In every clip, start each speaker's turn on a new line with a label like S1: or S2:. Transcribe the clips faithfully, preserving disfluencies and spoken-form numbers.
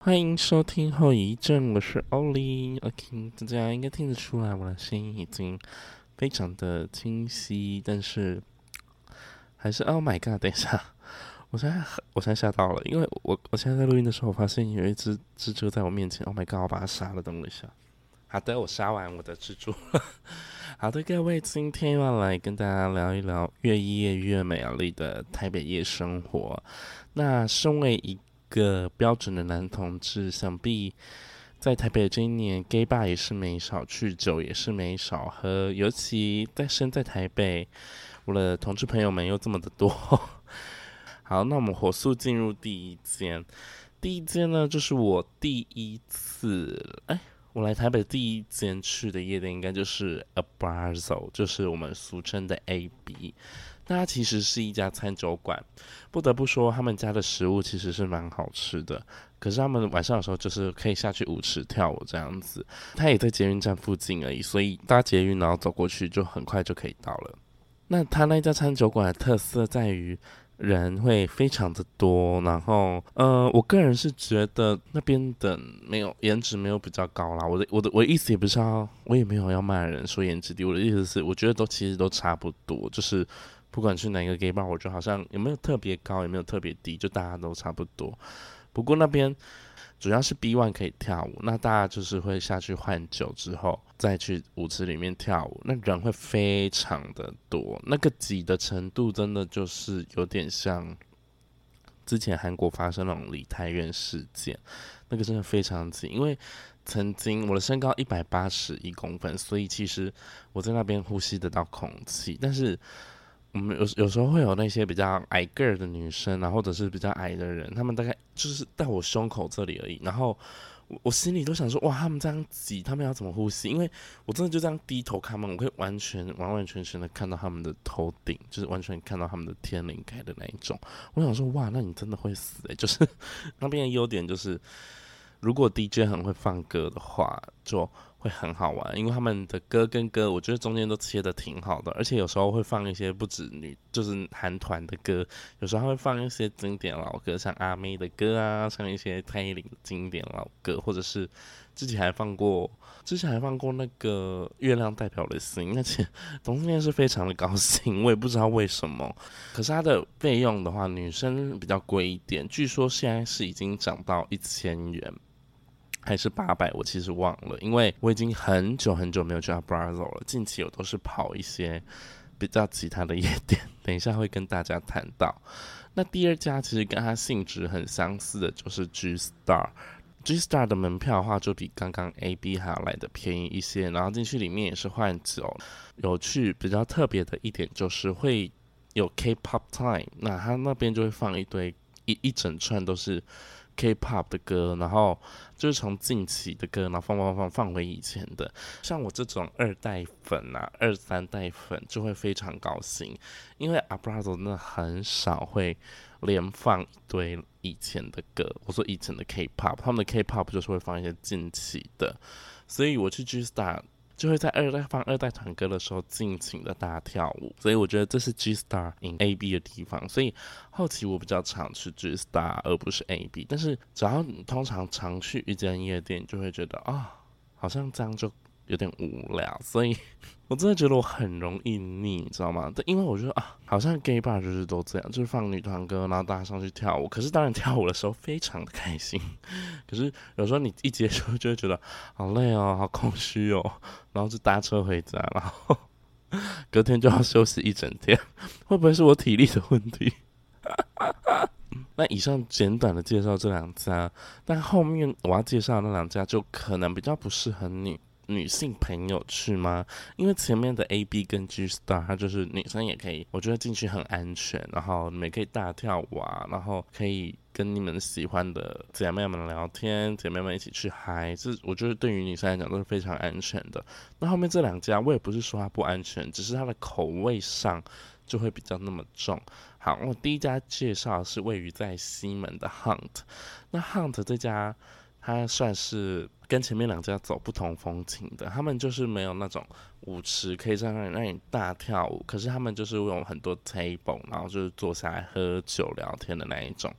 S1: 欢迎收听后遗症，我是欧丽。OK，大家应该听得出来，我的声音已经非常的清晰，但是还是 Oh my God！等一下，我现在我现在吓到了，因为我我现在在录音的时候，我发现有一只蜘蛛在我面前。Oh my God！我把它杀了，等我一下。好的，我杀完我的蜘蛛。好的，各位，今天要来跟大家聊一聊越夜越美丽的台北夜生活。那身为一个标准的男同志，想必在台北这一年 gay bar 也是没少去，酒也是没少喝，尤其在身在台北，我的同志朋友们又这么的多。好，那我们火速进入第一间。第一间呢，就是我第一次，哎，我来台北第一间去的夜店，应该就是 Abrazo， 就是我们俗称的 A B。那它其实是一家餐酒馆，不得不说，他们家的食物其实是蛮好吃的。可是他们晚上的时候就是可以下去舞池跳舞这样子，它也在捷运站附近而已，所以搭捷运然后走过去就很快就可以到了。那他那家餐酒馆的特色在于人会非常的多，然后呃，我个人是觉得那边的没有颜值没有比较高啦。我的我的我的意思也不是要，我也没有要骂人说颜值低，我的意思是我觉得都其实都差不多，就是不管去哪个 gay bar， 我觉得好像有没有特别高，有没有特别低，就大家都差不多。不过那边主要是 B 一 可以跳舞，那大家就是会下去换酒之后再去舞池里面跳舞，那人会非常的多，那个挤的程度真的就是有点像之前韩国发生那种梨泰院事件，那个真的非常挤，因为曾经我的身高一百八十一公分，所以其实我在那边呼吸得到空气，但是我们有有时候会有那些比较矮个儿的女生啊，或者是比较矮的人，他们大概就是到我胸口这里而已，然后我我心里都想说，哇，他们这样挤，他们要怎么呼吸？因为我真的就这样低头看他们，我可以完全完完全全的看到他们的头顶，就是完全看到他们的天灵盖的那一种。我想说，哇，那你真的会死哎、欸！就是那边的优点就是，如果 D J 很会放歌的话，就会很好玩，因为他们的歌跟歌，我觉得中间都切的挺好的，而且有时候会放一些不止女，就是韩团的歌，有时候会放一些经典老歌，像阿妹的歌啊，像一些蔡依林的经典老歌，或者是之前还放过，之前还放过那个月亮代表的心，而且同性恋是非常的高兴，我也不知道为什么。可是它的费用的话，女生比较贵一点，据说现在是已经涨到一千元。还是八百，我其实忘了，因为我已经很久很久没有去 Abrazo 了。近期我都是跑一些比较其他的夜店，等一下会跟大家谈到。那第二家其实跟它性质很相似的，就是 G Star。G Star 的门票的话，就比刚刚 A B 还要来的便宜一些，然后进去里面也是换酒。有趣比较特别的一点就是会有 K-pop time，那他那边就会放一堆一一整串都是K-pop 的歌，然后就是从近期的歌，然后放放放放回以前的。像我这种二代粉啊、二三代粉就会非常高兴，因为 Abrazo 真的很少会连放一堆以前的歌。我说以前的 K-pop， 他们的 K-pop 就是会放一些近期的，所以我去 G Star。就会在二代放二代团歌的时候尽情的大跳舞，所以我觉得这是 G Star in A B 的地方。所以后期我比较常去 G Star 而不是 A B， 但是只要你通常常去一间夜店，就会觉得啊、哦，好像这样就有点无聊，所以我真的觉得我很容易腻，你知道吗？因为我觉得啊，好像 gay bar 就是都这样，就是放女团歌，然后大家上去跳舞。可是当然跳舞的时候非常的开心，可是有时候你一结束就会觉得好累哦，好空虚哦，然后就搭车回家，然后隔天就要休息一整天，会不会是我体力的问题？那以上简短的介绍这两家，但后面我要介绍的那两家就可能比较不适合女女性朋友去吗？因为前面的 A B 跟 G Star， 它就是女生也可以，我觉得进去很安全，然后你们可以大跳舞啊，然后可以跟你们喜欢的姐妹们聊天，姐妹们一起去嗨，这我觉得对于女生来讲都是非常安全的。那后面这两家我也不是说它不安全，只是它的口味上就会比较那么重。好，我第一家介绍是位于在西门的 Hunt。那 Hunt 这家，它算是跟前面两家走不同风情的。他们就是没有那种舞池可以在那里让你大跳舞，可是他们就是有很多 table， 然后就是坐下来喝酒聊天的那一种。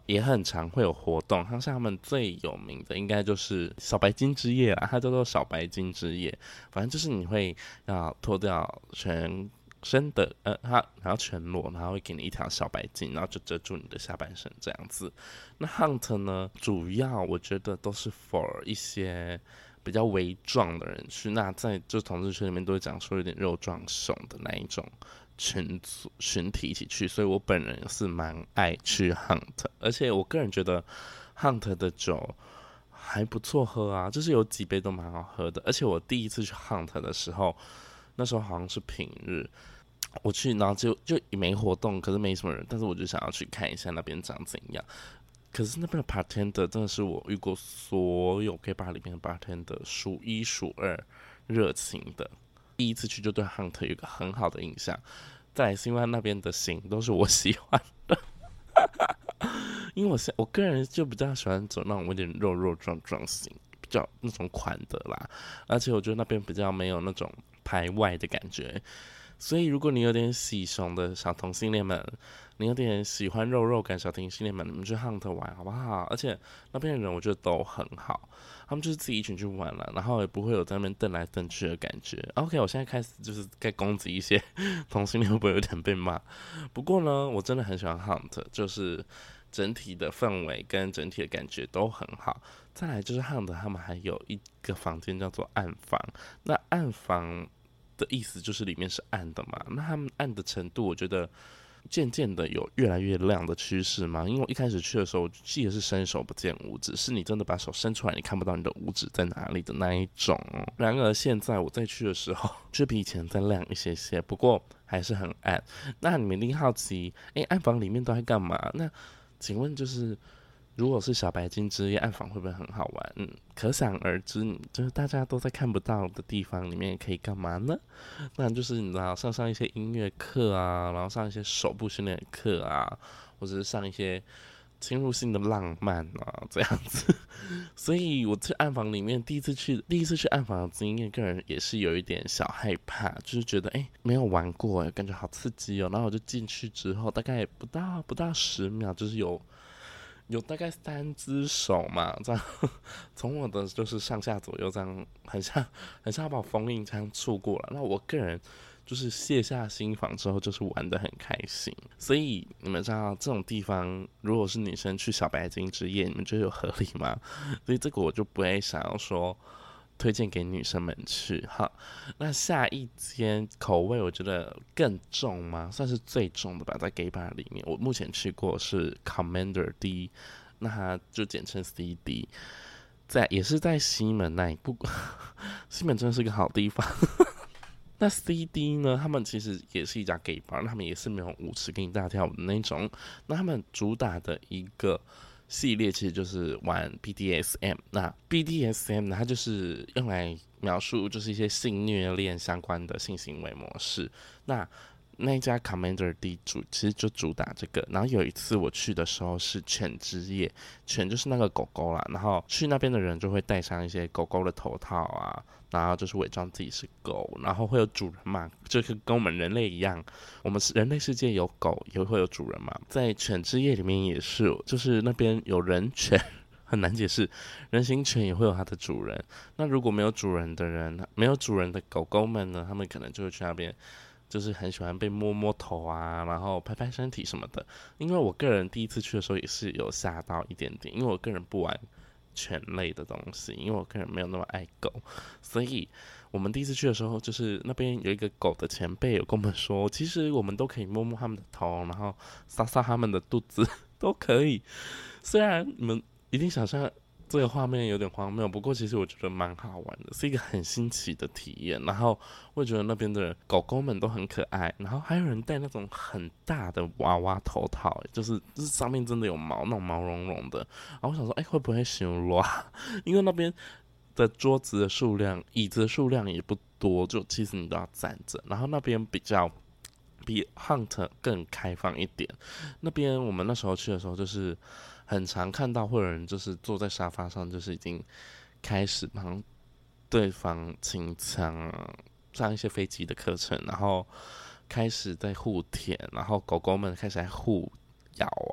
S1: 也很常会有活动，像像他们最有名的应该就是小白金之夜啦，它叫做小白金之夜，反正就是你会要脱掉全身的呃，它然后全裸，然后会给你一条小白巾，然后就遮住你的下半身这样子。那 hunt 呢，主要我觉得都是 for 一些比较微壮的人去，那在就同志圈里面都会讲说有点肉壮熊的那一种群组群体一起去，所以我本人是蛮爱去 hunt， 而且我个人觉得 hunt 的酒还不错喝啊，就是有几杯都蛮好喝的。而且我第一次去 hunt 的时候，那时候好像是平日，我去，然后就就也没活动，可是没什么人，但是我就想要去看一下那边长怎样。可是那边的 bartender 真的是我遇过所有 gay bar 里面的 bartender 数一数二热情的。第一次去就对 hunt 有一个很好的印象，再来是因为那边的型都是我喜欢的，因为我我个人就比较喜欢走那种有点肉肉壮壮型，比较那种款的啦，而且我觉得那边比较没有那种排外的感觉。所以，如果你有点喜熊的小同性恋们，你有点喜欢肉肉感小同性恋们，你们去 hunt 玩好不好？而且那边的人我觉得都很好，他们就是自己一群去玩了，然后也不会有在那边瞪来瞪去的感觉。OK， 我现在开始就是该攻击一些同性恋，会不会有点被骂？不过呢，我真的很喜欢 hunt， 就是整体的氛围跟整体的感觉都很好。再来就是 hunt， 他们还有一个房间叫做暗房，那暗房的意思就是里面是暗的嘛，那他们暗的程度，我觉得渐渐的有越来越亮的趋势嘛。因为我一开始去的时候，我记得是伸手不见五指，是你真的把手伸出来，你看不到你的五指在哪里的那一种。然而现在我再去的时候，就比以前再亮一些些，不过还是很暗。那你们一定好奇，哎、欸，暗房里面都在干嘛？那请问就是。如果是小白金之夜暗访会不会很好玩？嗯，可想而知，就是大家都在看不到的地方里面可以干嘛呢？那就是你知道上上一些音乐课啊，然后上一些手部训练课啊，或者是上一些侵入性的浪漫啊，这样子。所以我去暗房里面第一次去，第一次去暗房的经验，个人也是有一点小害怕，就是觉得哎、欸、没有玩过，感觉好刺激哦。然后我就进去之后，大概不到不到十秒，就是有。有大概三只手嘛，这样从我的就是上下左右这样，很像很像把我封印这样触过了。那我个人就是卸下心防之后，就是玩得很开心。所以你们知道这种地方，如果是女生去小白金之夜，你们觉得有合理吗？所以这个我就不会想要说。推荐给女生们去哈。那下一间口味我觉得更重吗？算是最重的吧，在 gay bar 里面，我目前去过是 Commander D， 那它就简称 C D， 在也是在西门那一部，西门真的是个好地方。那 C D 呢？他们其实也是一家 gay bar， 他们也是没有舞池给你大跳舞的那种。那他们主打的一个。系列其实就是玩 B D S M， 那 B D S M 呢，它就是用来描述就是一些性虐恋相关的性行为模式。那那一家 Commander D 主其实就主打这个。然后有一次我去的时候是犬之夜，犬就是那个狗狗啦，然后去那边的人就会戴上一些狗狗的头套啊，然后就是伪装自己是狗，然后会有主人嘛，就是跟我们人类一样，我们人类世界有狗也会有主人嘛，在犬之夜里面也是，就是那边有人犬。很难解释，人形犬也会有它的主人。那如果没有主人的人，没有主人的狗狗们呢？他们可能就会去那边，就是很喜欢被摸摸头啊，然后拍拍身体什么的。因为我个人第一次去的时候也是有吓到一点点，因为我个人不玩犬类的东西，因为我个人没有那么爱狗，所以我们第一次去的时候，就是那边有一个狗的前辈有跟我们说，其实我们都可以摸摸他们的头，然后搔搔他们的肚子，都可以。虽然你们一定想象这个画面有点荒谬，不过其实我觉得蛮好玩的，是一个很新奇的体验。然后我觉得那边的狗狗们都很可爱，然后还有人戴那种很大的娃娃头套，就是就是上面真的有毛，那种毛茸茸的。然后我想说，哎、欸，会不会太乱？因为那边的桌子的数量、椅子的数量也不多，就其实你都要站着。然后那边比较比 Hunt 更开放一点。那边我们那时候去的时候，就是很常看到会有人就是坐在沙发上，就是已经开始帮对方清枪，上一些飞机的课程，然后开始在互舔，然后狗狗们开始在互咬啊，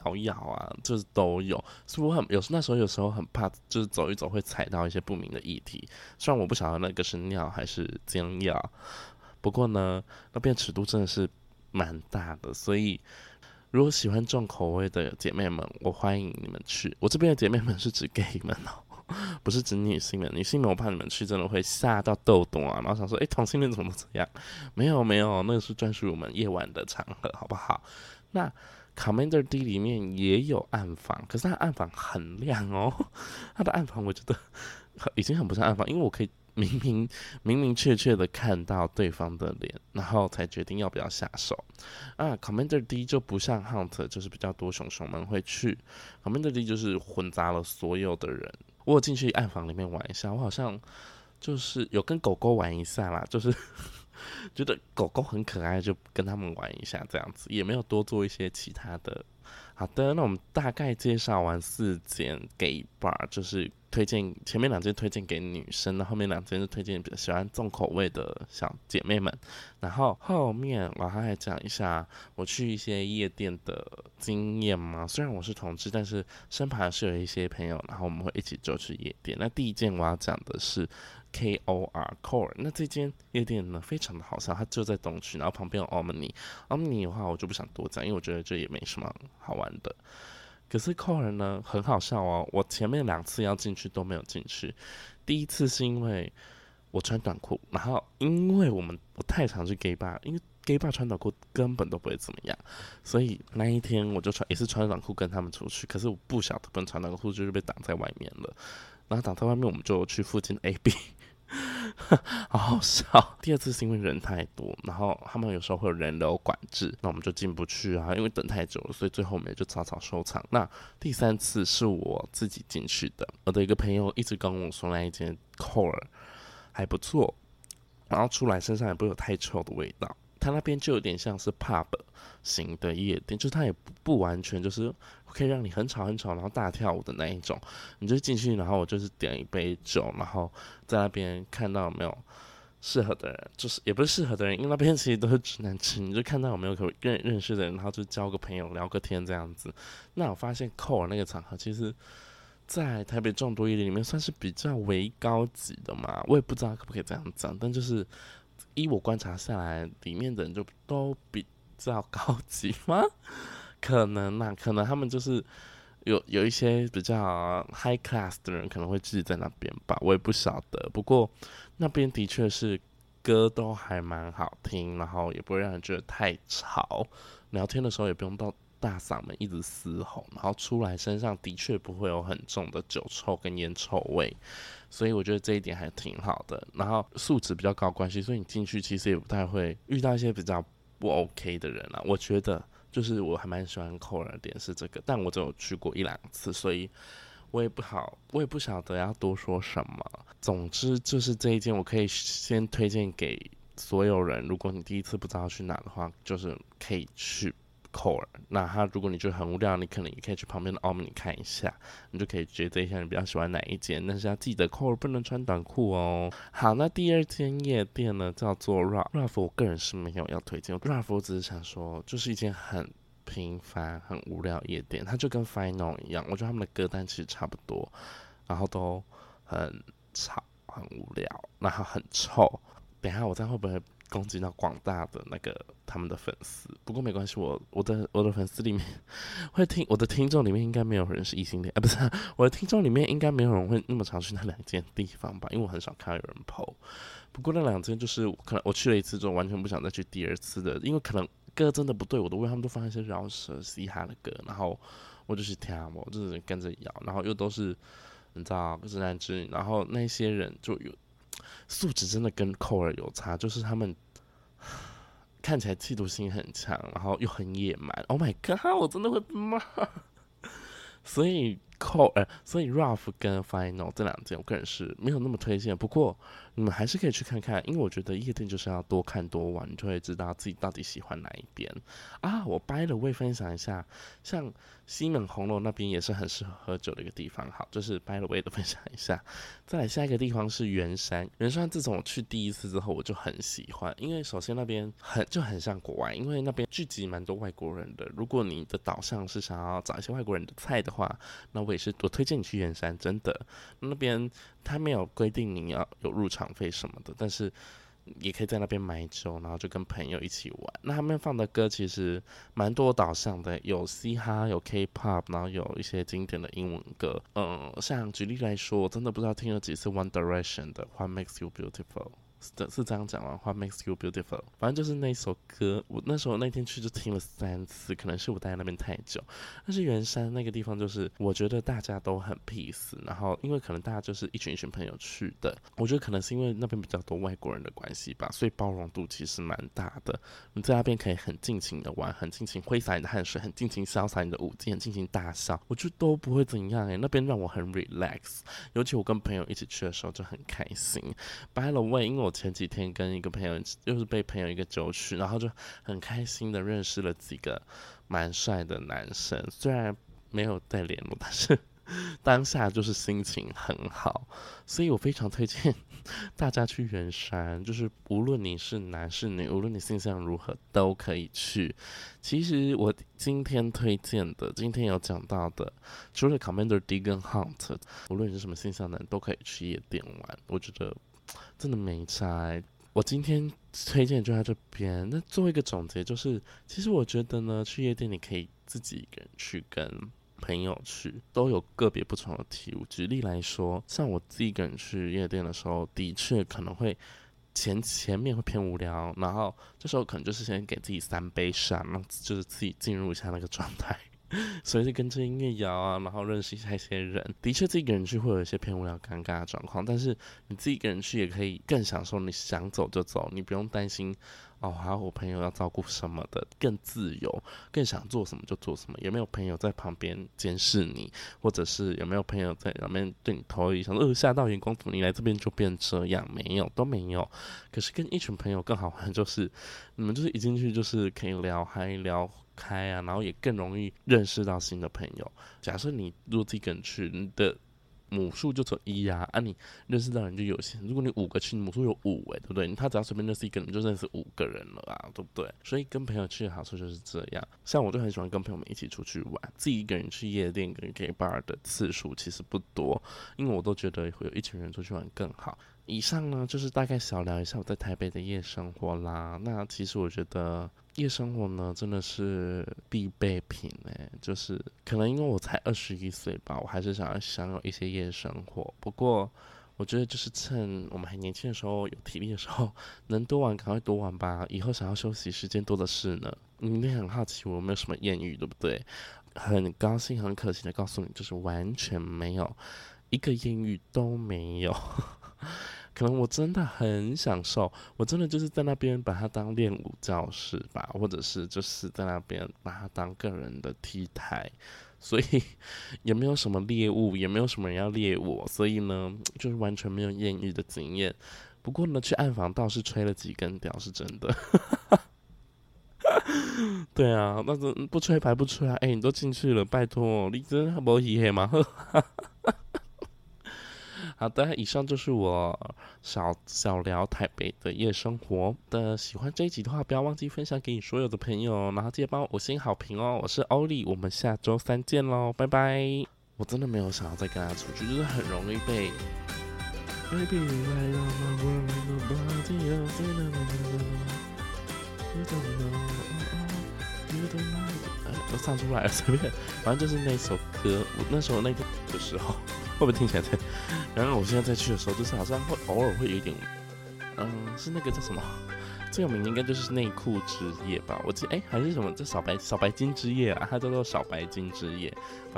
S1: 摇摇啊，就是都有。所以我很有那时候有时候很怕，就是走一走会踩到一些不明的液体。虽然我不晓得那个是尿还是精药，不过呢，那边尺度真的是蛮大的，所以如果喜欢重口味的姐妹们，我欢迎你们去。我这边的姐妹们是指 gay 们哦。不是指女性们，女性们我怕你们去真的会吓到豆豆啊，然后想说，哎、欸，同性恋怎么这样？没有没有，那个是专属于我们夜晚的场合，好不好？那 Commander D 里面也有暗房，可是它的暗房很亮哦，它的暗房我觉得已经很不像暗房，因为我可以明明明明确确的看到对方的脸，然后才决定要不要下手。啊 ，Commander D 就不像 Hunt， 就是比较多熊熊们会去 ，Commander D 就是混杂了所有的人。我有进去暗房里面玩一下，我好像就是有跟狗狗玩一下啦，就是觉得狗狗很可爱，就跟他们玩一下这样子，也没有多做一些其他的。好的，那我们大概介绍完四间 gay bar， 就是推荐前面两间推荐给女生，那后面两间就推荐比较喜欢重口味的小姐妹们。然后后面我还来讲一下我去一些夜店的经验嘛。虽然我是同志，但是身旁是有一些朋友，然后我们会一起就去夜店。那第一件我要讲的是 K O R Core， 那这间夜店呢非常的好笑，它就在东区，然后旁边有 Omni。Omni 的话我就不想多讲，因为我觉得这也没什么好玩的。可是 Core 呢很好笑哦，我前面两次要进去都没有进去。第一次是因为我穿短裤，然后因为我们我太常去 gay bar， 因为 gay bar 穿短裤根本都不会怎么样，所以那一天我就穿也是穿短裤跟他们出去，可是我不晓得不能穿短裤，就是被挡在外面了。然后挡在外面，我们就去附近 A B。好好笑。第二次是因为人太多，然后他们有时候会有人流管制，那我们就进不去啊，因为等太久了，所以最后我们也就草草收场。那第三次是我自己进去的，我的一个朋友一直跟我说那一间 Core 还不错，然后出来身上也不会有太臭的味道。它那边就有点像是 pub 型的夜店，就是它也不不完全就是可以让你很吵很吵，然后大跳舞的那一种。你就进去，然后我就是点一杯酒，然后在那边看到有没有适合的人，就是也不是适合的人，因为那边其实都是直男直女，你就看到有没有可认认识的人，然后就交个朋友聊个天这样子。那我发现 Core 那个场合其实在台北众多夜店里面算是比较为高级的嘛，我也不知道可不可以这样讲，但就是依我观察下来，里面的人就都比较高级吗？可能啊，可能他们就是有有一些比较 high class 的人可能会自己在那边吧，我也不晓得。不过那边的确是歌都还蛮好听，然后也不会让人觉得太吵，聊天的时候也不用到大嗓门一直嘶吼，然后出来身上的确不会有很重的酒臭跟烟臭味，所以我觉得这一点还挺好的。然后素质比较高关系，所以你进去其实也不太会遇到一些比较不 OK 的人啊。我觉得就是我还蛮喜欢Core的点是这个，但我只有去过一两次，所以我也不好，我也不晓得要多说什么。总之就是这一间我可以先推荐给所有人，如果你第一次不知道去哪的话，就是可以去Core。那他如果你觉得很无聊，你可能也可以去旁边的 Omni 看一下，你就可以决定一下你比较喜欢哪一间。但是要记得 Core 不能穿短裤哦。好，那第二间夜店呢叫做 Ruff。Ruff 我个人是没有要推荐 ，Ruff 我只是想说，就是一间很平凡、很无聊夜店，它就跟 Final 一样，我觉得他们的歌单其实差不多，然后都很吵、很无聊，然后很臭。等一下我这样会不会攻击到广大的那个他们的粉丝？不过没关系，我我的我的粉丝里面会听，我的听众里面应该没有人是异性恋啊，不是、啊、我的听众里面应该没有人会那么常去那两间地方吧？因为我很少看到有人 po。不过那两间就是可能我去了一次之后，完全不想再去第二次的，因为可能歌真的不对我的胃，他们都放一些饶舌嘻哈的歌，然后我就去听，我就是跟着摇，然后又都是你知道直男直女，然后那些人就有素质真的跟Core有差，就是他们看起来企图心很强，然后又很野蛮。Oh my god， 我真的会骂。所以 Core，呃，所以 Ralph 跟 Final 这两间，我个人是没有那么推荐。不过你们还是可以去看看，因为我觉得夜店就是要多看多玩，你就会知道自己到底喜欢哪一边啊。我掰了，我也分享一下，像西门红楼那边也是很适合喝酒的一个地方。好，就是掰了，我也都分享一下。再来下一个地方是圆山，圆山自从我去第一次之后，我就很喜欢，因为首先那边很就很像国外，因为那边聚集蛮多外国人的。如果你的导向是想要找一些外国人的菜的话，那我也是我推荐你去圆山，真的那边他没有规定你要有入场费什么的，但是也可以在那边买酒，然后就跟朋友一起玩。那他们放的歌其实蛮多导向的，有嘻哈，有 K-pop， 然后有一些经典的英文歌。嗯，像举例来说，我真的不知道听了几次 One Direction 的 What Makes You Beautiful。是是这样讲吗 ？What makes you beautiful？ 反正就是那首歌，我那时候那天去就听了三次，可能是我待在那边太久。但是圆山那个地方，就是我觉得大家都很 peace， 然后因为可能大家就是一群一群朋友去的，我觉得可能是因为那边比较多外国人的关系吧，所以包容度其实蛮大的。你在那边可以很尽情的玩，很尽情挥洒你的汗水，很尽情潇洒你的舞技，很尽情大笑，我觉得都不会怎样哎、欸。那边让我很 relax， 尤其我跟朋友一起去的时候就很开心。By the way， 因为我前几天跟一个朋友，又是被朋友一个酒曲，然后就很开心的认识了几个蛮帅的男生，虽然没有再联络，但是当下就是心情很好，所以我非常推荐大家去圆山，就是无论你是男是女，无论你性向如何，都可以去。其实我今天推荐的，今天有讲到的，除了 Commander D 跟 Hunt， 无论你是什么性向的人，都可以去夜店玩。我觉得真的没差欸。我今天推荐就在这边。那做一个总结，就是其实我觉得呢，去夜店你可以自己一个人去，跟朋友去，都有个别不同的体悟。举例来说，像我自己一个人去夜店的时候，的确可能会前前面会偏无聊，然后这时候可能就是先给自己三杯上，让就是自己进入一下那个状态。所以就跟着音乐摇啊，然后认识一下一些人。的确，自己一个人去会有一些偏无聊、尴尬的状况，但是你自己一个人去也可以更享受。你想走就走，你不用担心哦，还有我朋友要照顾什么的，更自由，更想做什么就做什么。有没有朋友在旁边监视你，或者是有没有朋友在旁边对你投以想说，呃，吓到眼光，怎么你来这边就变这样？没有，都没有。可是跟一群朋友更好玩，就是你们就是一进去就是可以聊嗨聊开啊，然后也更容易认识到新的朋友。假设你如果自己一个人去，你的母数就只有一啊，啊你认识到人就有限。如果你五个去，你母数有五哎、欸，对不对？他只要随便认识一个人，就认识五个人了啊，对不对？所以跟朋友去的好处就是这样。像我就很喜欢跟朋友们一起出去玩，自己一个人去夜店跟 gay bar 的次数其实不多，因为我都觉得会有一群人出去玩更好。以上呢，就是大概小聊一下我在台北的夜生活啦。那其实我觉得夜生活呢，真的是必备品哎，就是可能因为我才二十一岁吧，我还是想要享有一些夜生活。不过我觉得就是趁我们还年轻的时候，有体力的时候，能多玩赶快多玩吧。以后想要休息，时间多的是呢。你一定很好奇我有没有什么艳遇，对不对？很高兴很可惜的告诉你，就是完全没有，一个艳遇都没有。可能我真的很享受，我真的就是在那边把它当练舞教室吧，或者是就是在那边把它当个人的 T 台，所以也没有什么猎物，也没有什么人要猎我，所以呢，就是完全没有艳遇的经验。不过呢，去暗房倒是吹了几根屌，是真的。对啊，但是不吹白不吹啊！哎、欸，你都进去了，拜托，你真的没戏黑吗？好的，以上就是我小小聊台北的夜生活的。喜欢这一集的话，不要忘记分享给你所有的朋友，然后记得帮我五星好评哦。我是欧丽，我们下周三见喽，拜拜。我真的没有想要再跟他出去，就是很容易被。Baby, right on my world, nobody else in the world. You don't know, you don't know. 呃，都唱出来了，随便，反正就是那首歌。我那时候那天的时候。会不会听起来在？然后我现在再去的时候，就是好像会偶尔会有一点，嗯，是那个叫什么？最有名应该就是内裤之夜吧？我记得哎，还是什么？这小白小白金之夜啊，它叫做小白金之夜。反